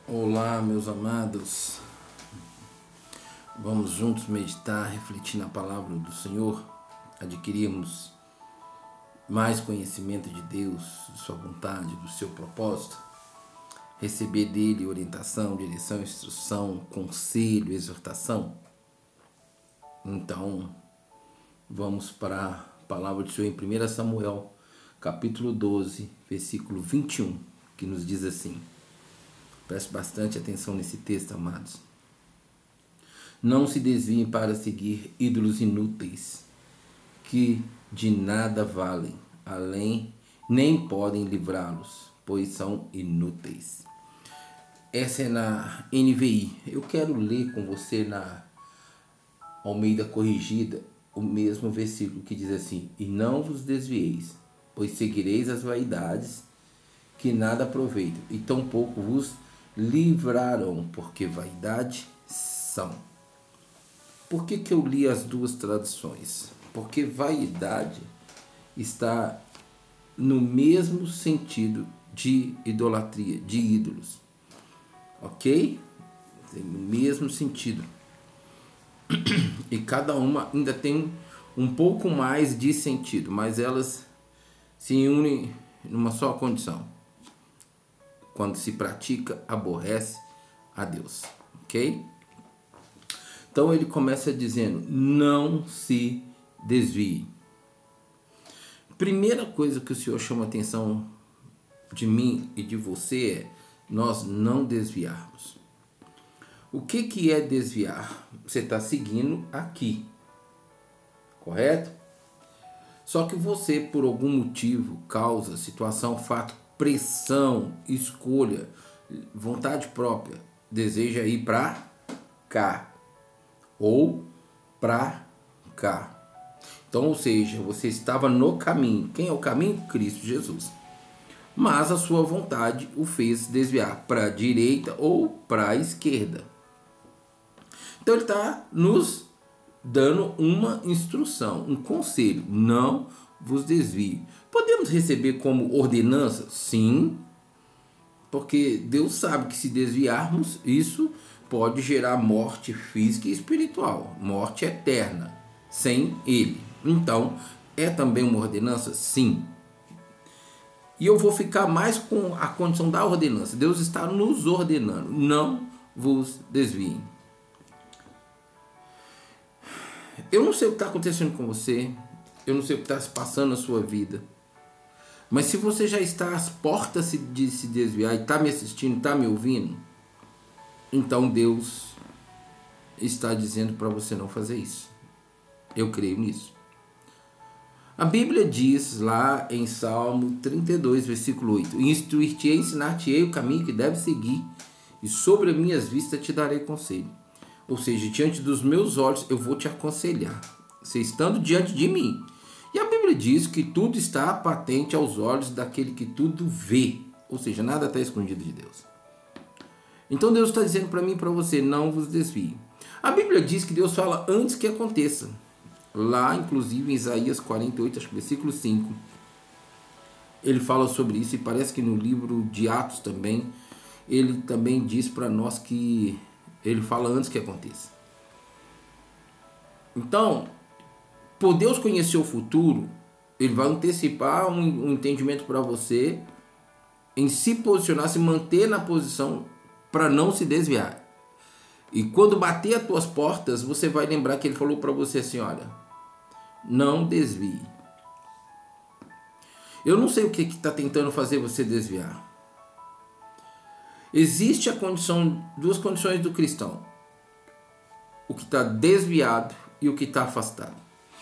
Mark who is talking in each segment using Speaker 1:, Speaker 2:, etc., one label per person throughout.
Speaker 1: Olá, meus amados. Vamos juntos meditar, refletir na palavra do Senhor, adquirirmos mais conhecimento de Deus, de sua vontade, do seu propósito, receber dele orientação, direção, instrução, conselho, exortação. Então, vamos para a palavra do Senhor em 1 Samuel, capítulo 12, versículo 21, que nos diz assim. Preste bastante atenção nesse texto, amados. Não se desviem para seguir ídolos inúteis, que de nada valem, além nem podem livrá-los, pois são inúteis. Essa é na NVI. Eu quero ler com você na Almeida Corrigida o mesmo versículo que diz assim: E não vos desvieis, pois seguireis as vaidades que nada aproveitam, e tampouco vos livrarão, porque vaidade são. Por que eu li as duas traduções? Porque vaidade está no mesmo sentido de idolatria, de ídolos. Ok? Tem o mesmo sentido. E cada uma ainda tem um pouco mais de sentido, mas elas se unem numa só condição. Quando se pratica, aborrece a Deus. Ok? Então ele começa dizendo: não se desvie. Primeira coisa que o Senhor chama a atenção de mim e de você é nós não desviarmos. O que é desviar? Você está seguindo aqui. Correto? Só que você, por algum motivo, causa, situação, fato, pressão, escolha, vontade própria, deseja ir para cá ou para cá. Então, ou seja, você estava no caminho. Quem é o caminho? Cristo Jesus. Mas a sua vontade o fez desviar para a direita ou para a esquerda. Então ele está nos dando uma instrução, um conselho: não vos desvie. Podemos receber como ordenança? Sim, porque Deus sabe que se desviarmos, isso pode gerar morte física e espiritual, morte eterna, sem Ele. Então, é também uma ordenança? Sim. E eu vou ficar mais com a condição da ordenança. Deus está nos ordenando: não vos desviem. Eu não sei o que está acontecendo com você, eu não sei o que está se passando na sua vida, mas se você já está às portas de se desviar e está me assistindo, está me ouvindo, então Deus está dizendo para você não fazer isso. Eu creio nisso. A Bíblia diz lá em Salmo 32, versículo 8: Instruir-te-ei, ensinar-te-ei o caminho que deves seguir, e sobre as minhas vistas te darei conselho. Ou seja, diante dos meus olhos eu vou te aconselhar, você estando diante de mim. E a Bíblia diz que tudo está patente aos olhos daquele que tudo vê. Ou seja, nada está escondido de Deus. Então Deus está dizendo para mim e para você: não vos desvie. A Bíblia diz que Deus fala antes que aconteça. Lá, inclusive, em Isaías 48, acho que versículo 5, ele fala sobre isso. E parece que no livro de Atos também, ele também diz para nós que ele fala antes que aconteça. Então, por Deus conhecer o futuro, ele vai antecipar um entendimento para você em se posicionar, se manter na posição para não se desviar. E quando bater as tuas portas, você vai lembrar que ele falou para você assim: olha, não desvie. Eu não sei o que está tentando fazer você desviar. Existe duas condições do cristão: o que está desviado e o que está afastado.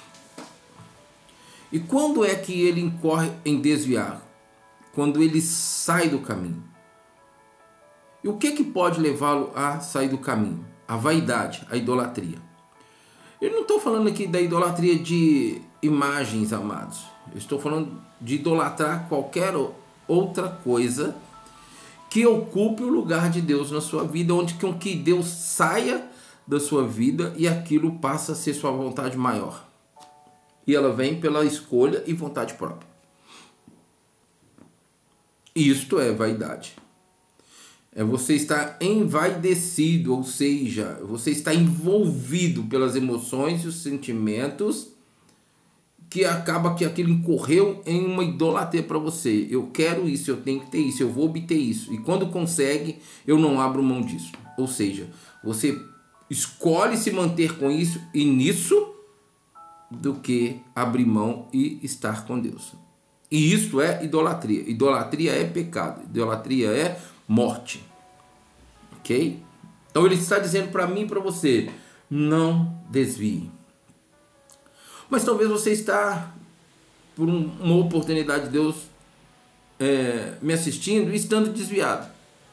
Speaker 1: E quando é que ele incorre em desviar? Quando ele sai do caminho. E o que pode levá-lo a sair do caminho? A vaidade, a idolatria. Eu não estou falando aqui da idolatria de imagens, amados. Eu estou falando de idolatrar qualquer outra coisa que ocupe o lugar de Deus na sua vida, onde que Deus saia da sua vida e aquilo passa a ser sua vontade maior. E ela vem pela escolha e vontade própria. Isto é vaidade. Você está envaidecido, ou seja, você está envolvido pelas emoções e os sentimentos, que acaba que aquilo incorreu em uma idolatria para você. Eu quero isso, eu tenho que ter isso, eu vou obter isso. E quando consegue, eu não abro mão disso. Ou seja, você escolhe se manter com isso e nisso do que abrir mão e estar com Deus. E isso é idolatria. Idolatria é pecado. Idolatria é morte. Ok? Então ele está dizendo para mim e para você, não desvie. Mas talvez você está, por uma oportunidade de Deus, me assistindo e estando desviado.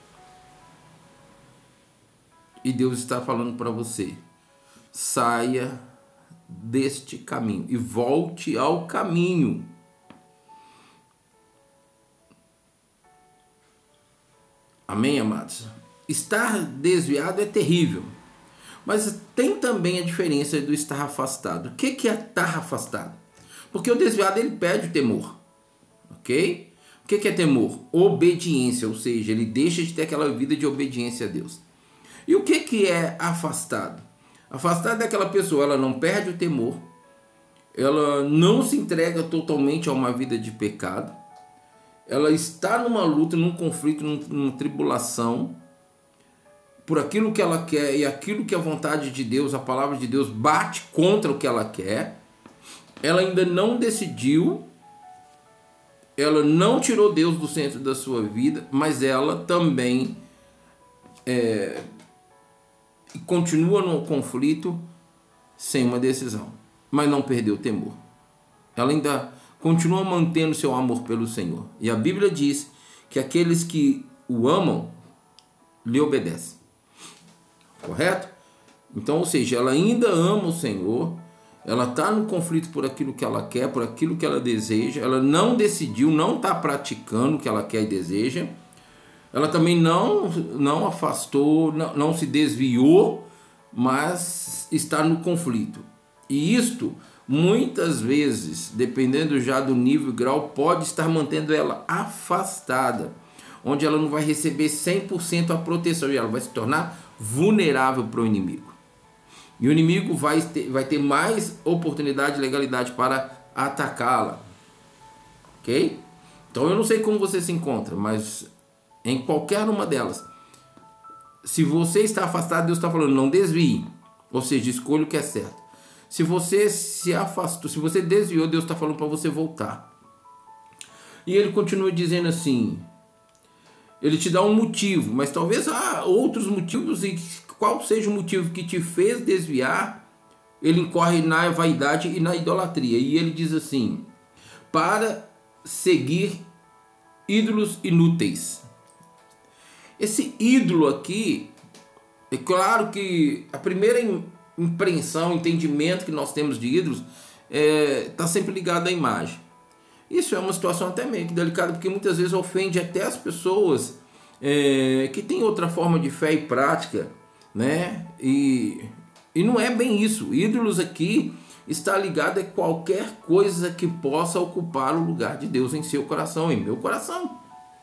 Speaker 1: E Deus está falando para você, saia deste caminho e volte ao caminho. Amém, amados? Estar desviado é terrível. Mas tem também a diferença do estar afastado. O que é estar afastado? Porque o desviado ele perde o temor. Ok? O que é temor? Obediência, ou seja, ele deixa de ter aquela vida de obediência a Deus. E o que é afastado? Afastado é aquela pessoa, ela não perde o temor, ela não se entrega totalmente a uma vida de pecado, ela está numa luta, num conflito, numa tribulação, por aquilo que ela quer e aquilo que a vontade de Deus, a palavra de Deus bate contra o que ela quer. Ela ainda não decidiu, ela não tirou Deus do centro da sua vida, mas ela também continua no conflito sem uma decisão, mas não perdeu o temor. Ela ainda continua mantendo seu amor pelo Senhor. E a Bíblia diz que aqueles que o amam lhe obedecem. Correto? Então, ou seja, ela ainda ama o Senhor, ela está no conflito por aquilo que ela quer, por aquilo que ela deseja, ela não decidiu, não está praticando o que ela quer e deseja, ela também não afastou, não se desviou, mas está no conflito. E isto, muitas vezes, dependendo já do nível e grau, pode estar mantendo ela afastada, onde ela não vai receber 100% a proteção e ela vai se tornar vulnerável para o inimigo. E o inimigo vai ter mais oportunidade e legalidade para atacá-la. Ok? Então eu não sei como você se encontra, mas em qualquer uma delas, se você está afastado, Deus está falando, não desvie. Ou seja, escolha o que é certo. Se você se afastou, se você desviou, Deus está falando para você voltar. E ele continua dizendo assim, ele te dá um motivo, mas talvez há outros motivos, e qual seja o motivo que te fez desviar, ele incorre na vaidade e na idolatria. E ele diz assim, para seguir ídolos inúteis. Esse ídolo aqui, é claro que a primeira impressão, entendimento que nós temos de ídolos está sempre ligado à imagem. Isso é uma situação até meio que delicada, porque muitas vezes ofende até as pessoas que têm outra forma de fé e prática, né? E não é bem isso. Ídolos aqui está ligado a qualquer coisa que possa ocupar o lugar de Deus em seu coração, em meu coração.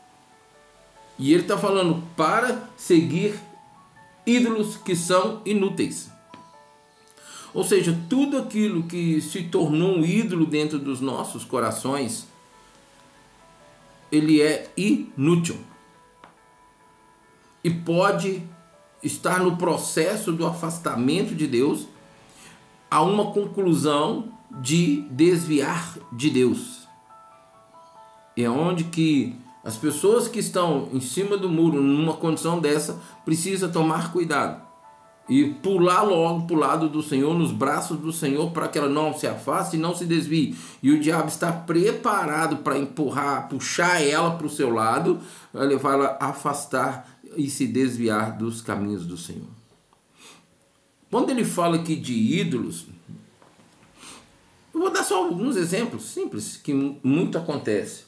Speaker 1: E ele está falando para seguir ídolos que são inúteis. Ou seja, tudo aquilo que se tornou um ídolo dentro dos nossos corações, ele é inútil. E pode estar no processo do afastamento de Deus a uma conclusão de desviar de Deus. É onde que as pessoas que estão em cima do muro, numa condição dessa, precisam tomar cuidado e pular logo para o lado do Senhor, nos braços do Senhor, para que ela não se afaste e não se desvie. E o diabo está preparado para empurrar, puxar ela para o seu lado, para levar ela a afastar e se desviar dos caminhos do Senhor. Quando ele fala aqui de ídolos, eu vou dar só alguns exemplos simples que muito acontece.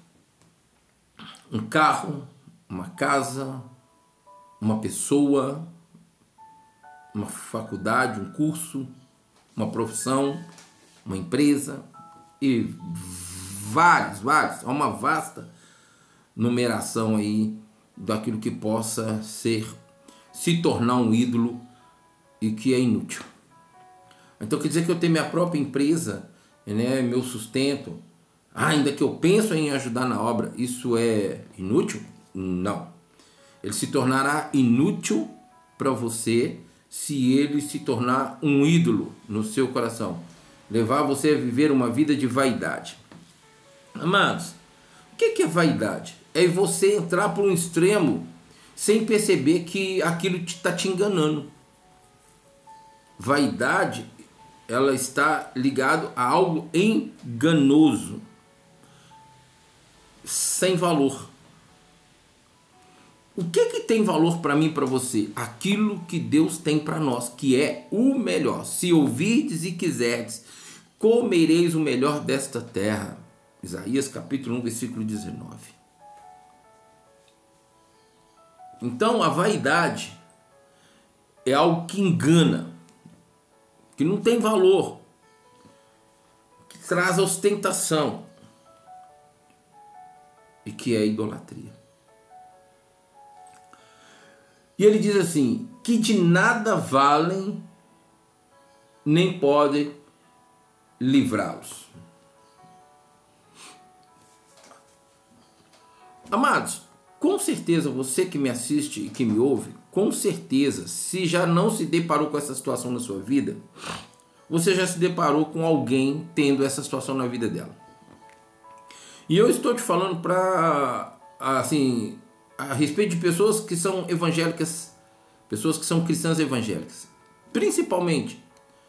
Speaker 1: Um carro, uma casa, uma pessoa, uma faculdade, um curso, uma profissão, uma empresa e vários, há uma vasta numeração aí daquilo que possa se tornar um ídolo e que é inútil. Então quer dizer que eu tenho minha própria empresa, né, meu sustento, ainda que eu penso em ajudar na obra, isso é inútil? Não. Ele se tornará inútil para você se ele se tornar um ídolo no seu coração, levar você a viver uma vida de vaidade. Amados, o que é vaidade? É você entrar por um extremo sem perceber que aquilo está te enganando. Vaidade, ela está ligada a algo enganoso, sem valor. O que tem valor para mim e para você? Aquilo que Deus tem para nós, que é o melhor. Se ouvirdes e quiserdes, comereis o melhor desta terra. Isaías capítulo 1, versículo 19. Então a vaidade é algo que engana, que não tem valor, que traz ostentação e que é idolatria. E ele diz assim, que de nada valem nem podem livrá-los. Amados, com certeza você que me assiste e que me ouve, com certeza, se já não se deparou com essa situação na sua vida, você já se deparou com alguém tendo essa situação na vida dela. E eu estou te falando a respeito de pessoas que são evangélicas, pessoas que são cristãs evangélicas, principalmente.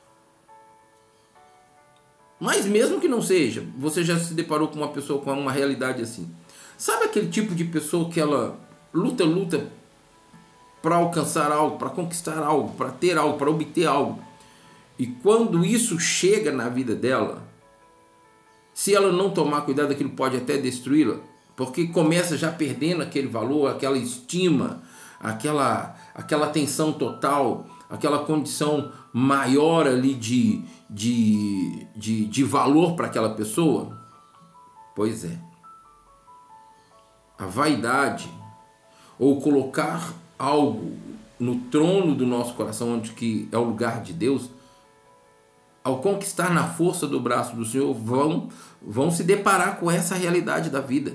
Speaker 1: Mas mesmo que não seja, você já se deparou com uma pessoa com uma realidade assim. Sabe aquele tipo de pessoa que ela luta para alcançar algo, para conquistar algo, para ter algo, para obter algo. E quando isso chega na vida dela, se ela não tomar cuidado, aquilo pode até destruí-la, porque começa já perdendo aquele valor, aquela estima, aquela atenção total, aquela condição maior ali de valor para aquela pessoa. Pois é. A vaidade, ou colocar algo no trono do nosso coração, onde que é o lugar de Deus, ao conquistar na força do braço do Senhor, vão se deparar com essa realidade da vida.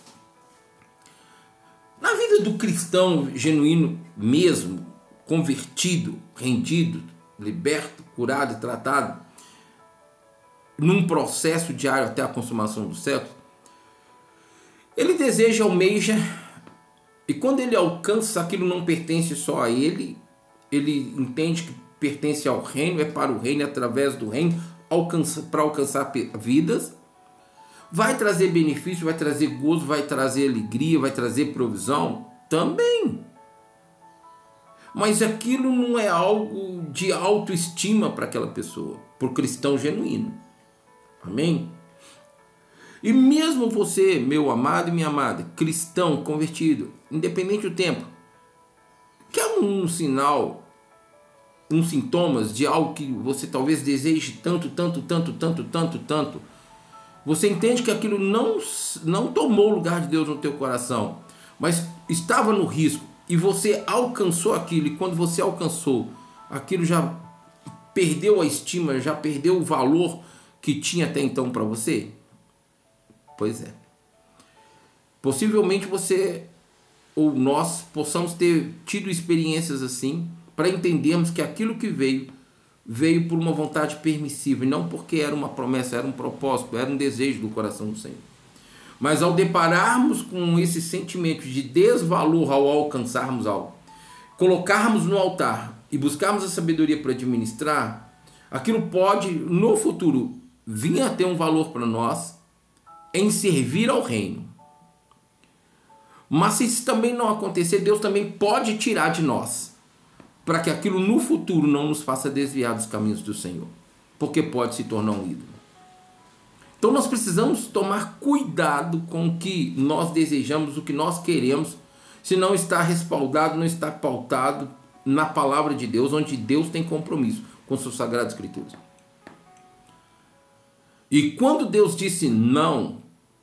Speaker 1: Na vida do cristão genuíno mesmo, convertido, rendido, liberto, curado e tratado, num processo diário até a consumação do século, ele deseja, almeja, e quando ele alcança, aquilo não pertence só a ele, ele entende que pertence ao reino, é para o reino, é através do reino, para alcançar vidas, vai trazer benefício, vai trazer gozo, vai trazer alegria, vai trazer provisão, também. Mas aquilo não é algo de autoestima para aquela pessoa, para o cristão genuíno. Amém? E mesmo você, meu amado e minha amada, cristão, convertido, independente do tempo, quer um sinal, uns sintomas de algo que você talvez deseje tanto, você entende que aquilo não tomou o lugar de Deus no teu coração, mas estava no risco, e você alcançou aquilo, e quando você alcançou, aquilo já perdeu a estima, já perdeu o valor que tinha até então para você? Pois é. Possivelmente você ou nós possamos ter tido experiências assim, para entendermos que aquilo que veio por uma vontade permissiva, e não porque era uma promessa, era um propósito, era um desejo do coração do Senhor. Mas ao depararmos com esse sentimento de desvalor ao alcançarmos algo, colocarmos no altar e buscarmos a sabedoria para administrar, aquilo pode no futuro vir a ter um valor para nós em servir ao reino. Mas se isso também não acontecer, Deus também pode tirar de nós, para que aquilo no futuro não nos faça desviar dos caminhos do Senhor, porque pode se tornar um ídolo. Então nós precisamos tomar cuidado com o que nós desejamos, o que nós queremos, se não está respaldado, não está pautado na palavra de Deus, onde Deus tem compromisso com suas sagradas escrituras. E quando Deus disse não,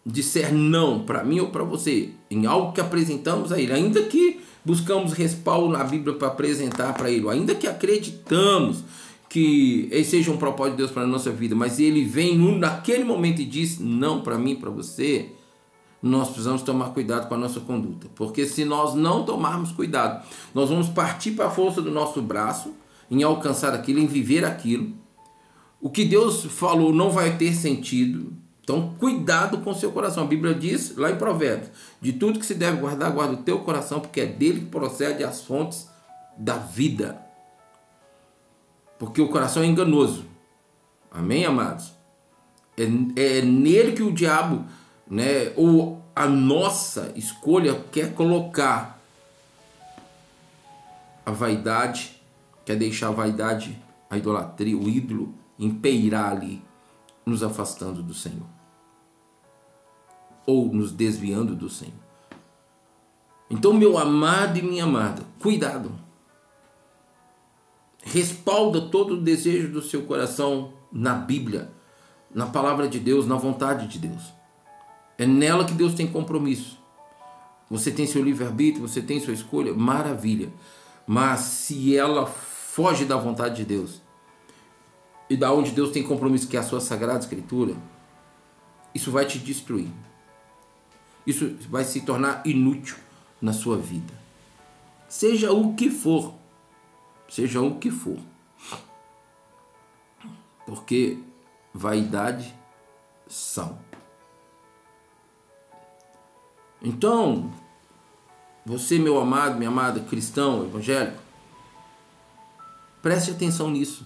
Speaker 1: disser não para mim ou para você, em algo que apresentamos a Ele, ainda que buscamos respaldo na Bíblia para apresentar para Ele, ainda que acreditamos que esse seja um propósito de Deus para a nossa vida, mas Ele vem naquele momento e diz não para mim, para você, nós precisamos tomar cuidado com a nossa conduta, porque se nós não tomarmos cuidado, nós vamos partir para a força do nosso braço, em alcançar aquilo, em viver aquilo. O que Deus falou não vai ter sentido. Então, cuidado com o seu coração. A Bíblia diz lá em Provérbios: de tudo que se deve guardar, guarda o teu coração, porque é dele que procede as fontes da vida. Porque o coração é enganoso. Amém, amados? É nele que o diabo, né, ou a nossa escolha, quer colocar a vaidade, quer deixar a vaidade, a idolatria, o ídolo, impeirar ali, nos afastando do Senhor, ou nos desviando do Senhor. Então, meu amado e minha amada, cuidado. Respalda todo o desejo do seu coração na Bíblia, na palavra de Deus, na vontade de Deus. É nela que Deus tem compromisso. Você tem seu livre-arbítrio, você tem sua escolha, maravilha. Mas se ela foge da vontade de Deus, e da onde Deus tem compromisso, que é a sua Sagrada Escritura, isso vai te destruir. Isso vai se tornar inútil na sua vida. Seja o que for. Seja o que for. Porque vaidade são. Então, você, meu amado, minha amada, cristão, evangélico, preste atenção nisso.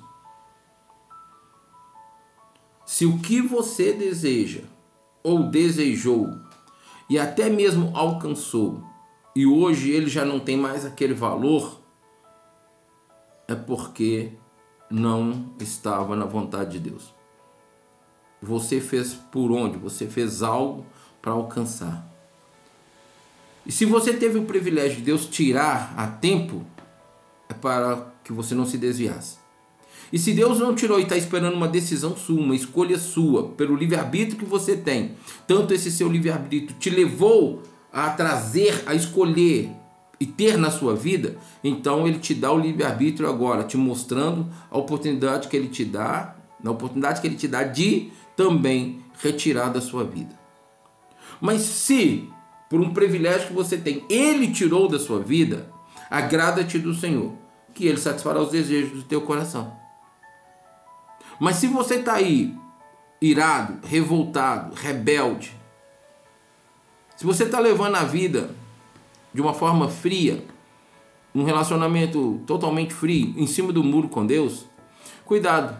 Speaker 1: Se o que você deseja ou desejou e até mesmo alcançou e hoje ele já não tem mais aquele valor, é porque não estava na vontade de Deus. Você fez por onde? Você fez algo para alcançar. E se você teve o privilégio de Deus tirar a tempo, é para que você não se desviasse. E se Deus não tirou e está esperando uma decisão sua, uma escolha sua, pelo livre-arbítrio que você tem, tanto esse seu livre-arbítrio te levou a trazer, a escolher e ter na sua vida, então Ele te dá o livre-arbítrio agora, te mostrando a oportunidade que Ele te dá, na oportunidade que Ele te dá de também retirar da sua vida. Mas se, por um privilégio que você tem, Ele tirou da sua vida, agrada-te do Senhor, que Ele satisfará os desejos do teu coração. Mas se você está aí irado, revoltado, rebelde, se você está levando a vida de uma forma fria, um relacionamento totalmente frio, em cima do muro com Deus, cuidado.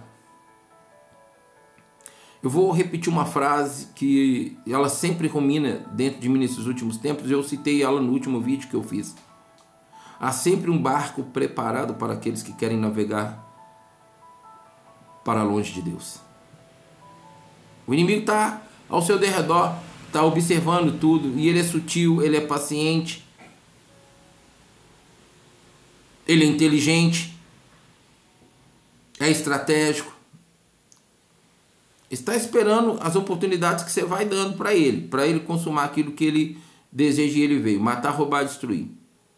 Speaker 1: Eu vou repetir uma frase que ela sempre rumina dentro de mim nesses últimos tempos, eu citei ela no último vídeo que eu fiz. Há sempre um barco preparado para aqueles que querem navegar para longe de Deus. O inimigo está ao seu derredor, está observando tudo, e ele é sutil, ele é paciente, ele é inteligente, é estratégico, está esperando as oportunidades que você vai dando para ele consumar aquilo que ele deseja e ele veio, matar, roubar, destruir.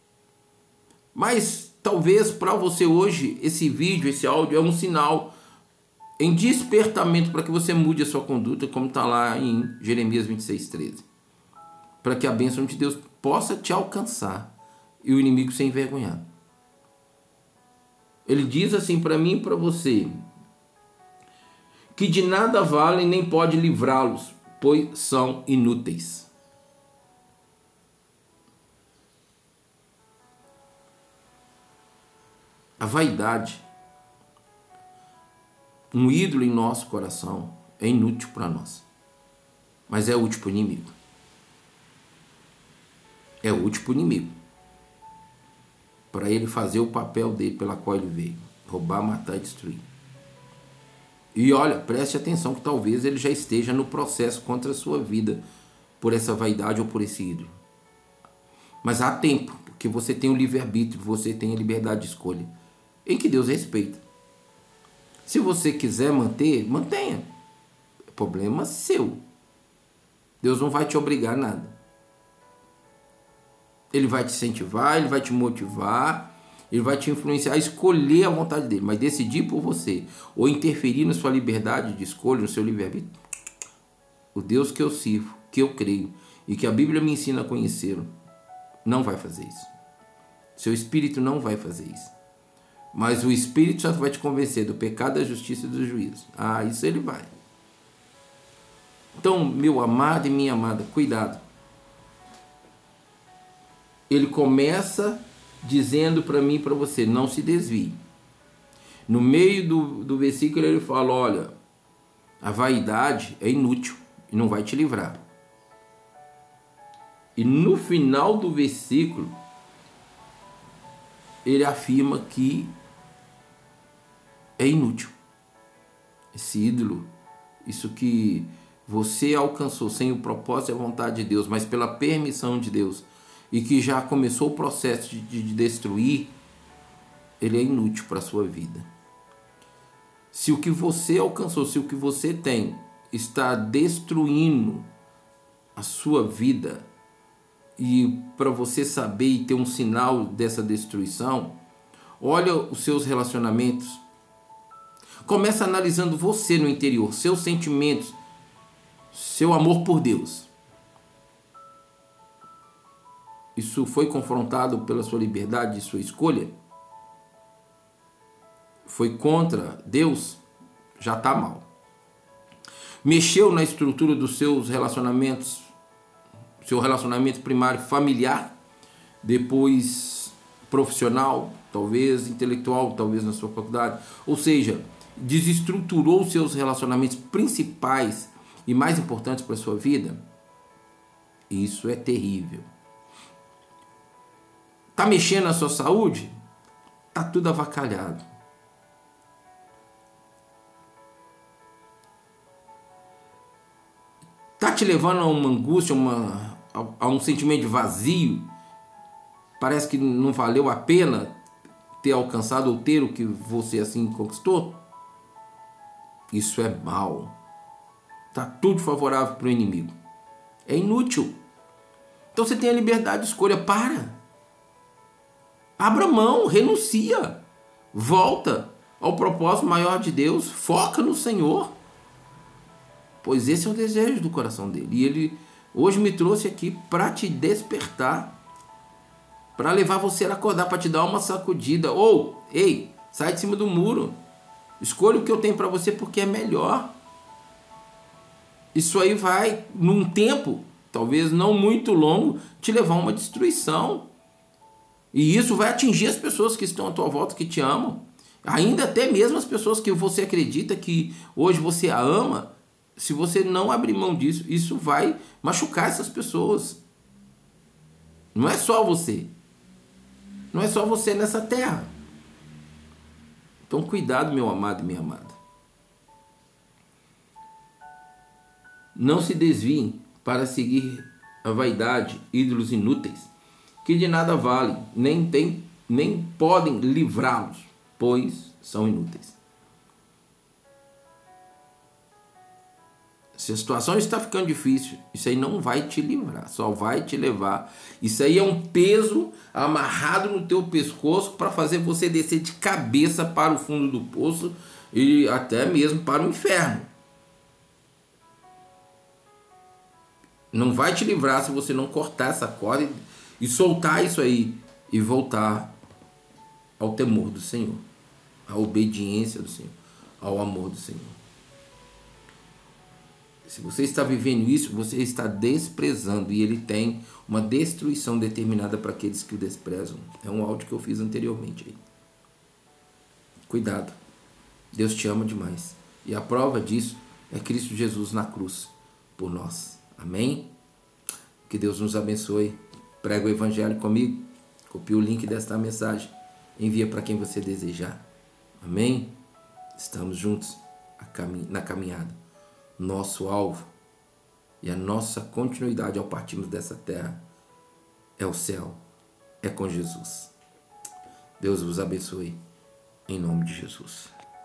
Speaker 1: Mas talvez para você hoje, esse vídeo, esse áudio é um sinal em despertamento para que você mude a sua conduta, como está lá em Jeremias 26:13. Para que a bênção de Deus possa te alcançar e o inimigo ser envergonhado. Ele diz assim para mim e para você, que de nada valem nem pode livrá-los, pois são inúteis. A vaidade, um ídolo em nosso coração, é inútil para nós, mas é útil para o inimigo. É útil para o inimigo, para ele fazer o papel dele pela qual ele veio, roubar, matar e destruir. E olha, preste atenção que talvez ele já esteja no processo contra a sua vida por essa vaidade ou por esse ídolo. Mas há tempo, porque você tem o livre-arbítrio, você tem a liberdade de escolha, em que Deus respeita. Se você quiser manter, mantenha. É problema seu. Deus não vai te obrigar a nada. Ele vai te incentivar, ele vai te motivar, ele vai te influenciar a escolher a vontade dele, mas decidir por você ou interferir na sua liberdade de escolha, no seu livre-arbítrio, o Deus que eu sirvo, que eu creio e que a Bíblia me ensina a conhecê-lo, não vai fazer isso. Seu espírito não vai fazer isso. Mas o Espírito Santo vai te convencer do pecado, da justiça e do juízo. Ah, isso ele vai. Então, meu amado e minha amada, cuidado. Ele começa dizendo para mim e para você, não se desvie. No meio do versículo ele fala, olha, a vaidade é inútil e não vai te livrar. E no final do versículo, ele afirma que é inútil. Esse ídolo, isso que você alcançou sem o propósito e a vontade de Deus, mas pela permissão de Deus, e que já começou o processo de destruir, ele é inútil para a sua vida. Se o que você alcançou, se o que você tem está destruindo a sua vida, e para você saber e ter um sinal dessa destruição, olha os seus relacionamentos. Começa analisando você no interior, seus sentimentos, seu amor por Deus. Isso foi confrontado pela sua liberdade e sua escolha? Foi contra Deus? Já está mal. Mexeu na estrutura dos seus relacionamentos, seu relacionamento primário familiar, depois profissional, talvez intelectual, talvez na sua faculdade. Ou seja, desestruturou os seus relacionamentos principais e mais importantes para a sua vida? Isso é terrível. Está mexendo na sua saúde? Está tudo avacalhado. Está te levando a uma angústia, a um sentimento de vazio? Parece que não valeu a pena ter alcançado ou ter o que você assim conquistou? Isso é mal. Está tudo favorável para o inimigo. É inútil. Então você tem a liberdade de escolha. Abra mão, renuncia. Volta ao propósito maior de Deus. Foca no Senhor. Pois esse é o desejo do coração dele. E ele hoje me trouxe aqui para te despertar. Para levar você a acordar, para te dar uma sacudida. Ou, ei, sai de cima do muro. Escolha o que eu tenho para você porque é melhor. Isso aí vai, num tempo, talvez não muito longo, te levar a uma destruição. E isso vai atingir as pessoas que estão à tua volta, que te amam. Ainda até mesmo as pessoas que você acredita que hoje você a ama. Se você não abrir mão disso, isso vai machucar essas pessoas. Não é só você. Não é só você nessa terra. Então cuidado, meu amado e minha amada. Não se desviem para seguir a vaidade, ídolos inúteis, que de nada valem, nem podem livrá-los, pois são inúteis. Se a situação está ficando difícil, isso aí não vai te livrar, só vai te levar. Isso aí é um peso amarrado no teu pescoço para fazer você descer de cabeça para o fundo do poço e até mesmo para o inferno. Não vai te livrar se você não cortar essa corda e soltar isso aí e voltar ao temor do Senhor, à obediência do Senhor, ao amor do Senhor. Se você está vivendo isso, você está desprezando e ele tem uma destruição determinada para aqueles que o desprezam. É um áudio que eu fiz anteriormente aí. Cuidado. Deus te ama demais. E a prova disso é Cristo Jesus na cruz por nós. Amém? Que Deus nos abençoe. Prega o evangelho comigo. Copie o link desta mensagem. Envia para quem você desejar. Amém? Estamos juntos na caminhada. Nosso alvo e a nossa continuidade ao partirmos dessa terra é o céu, é com Jesus. Deus vos abençoe, em nome de Jesus.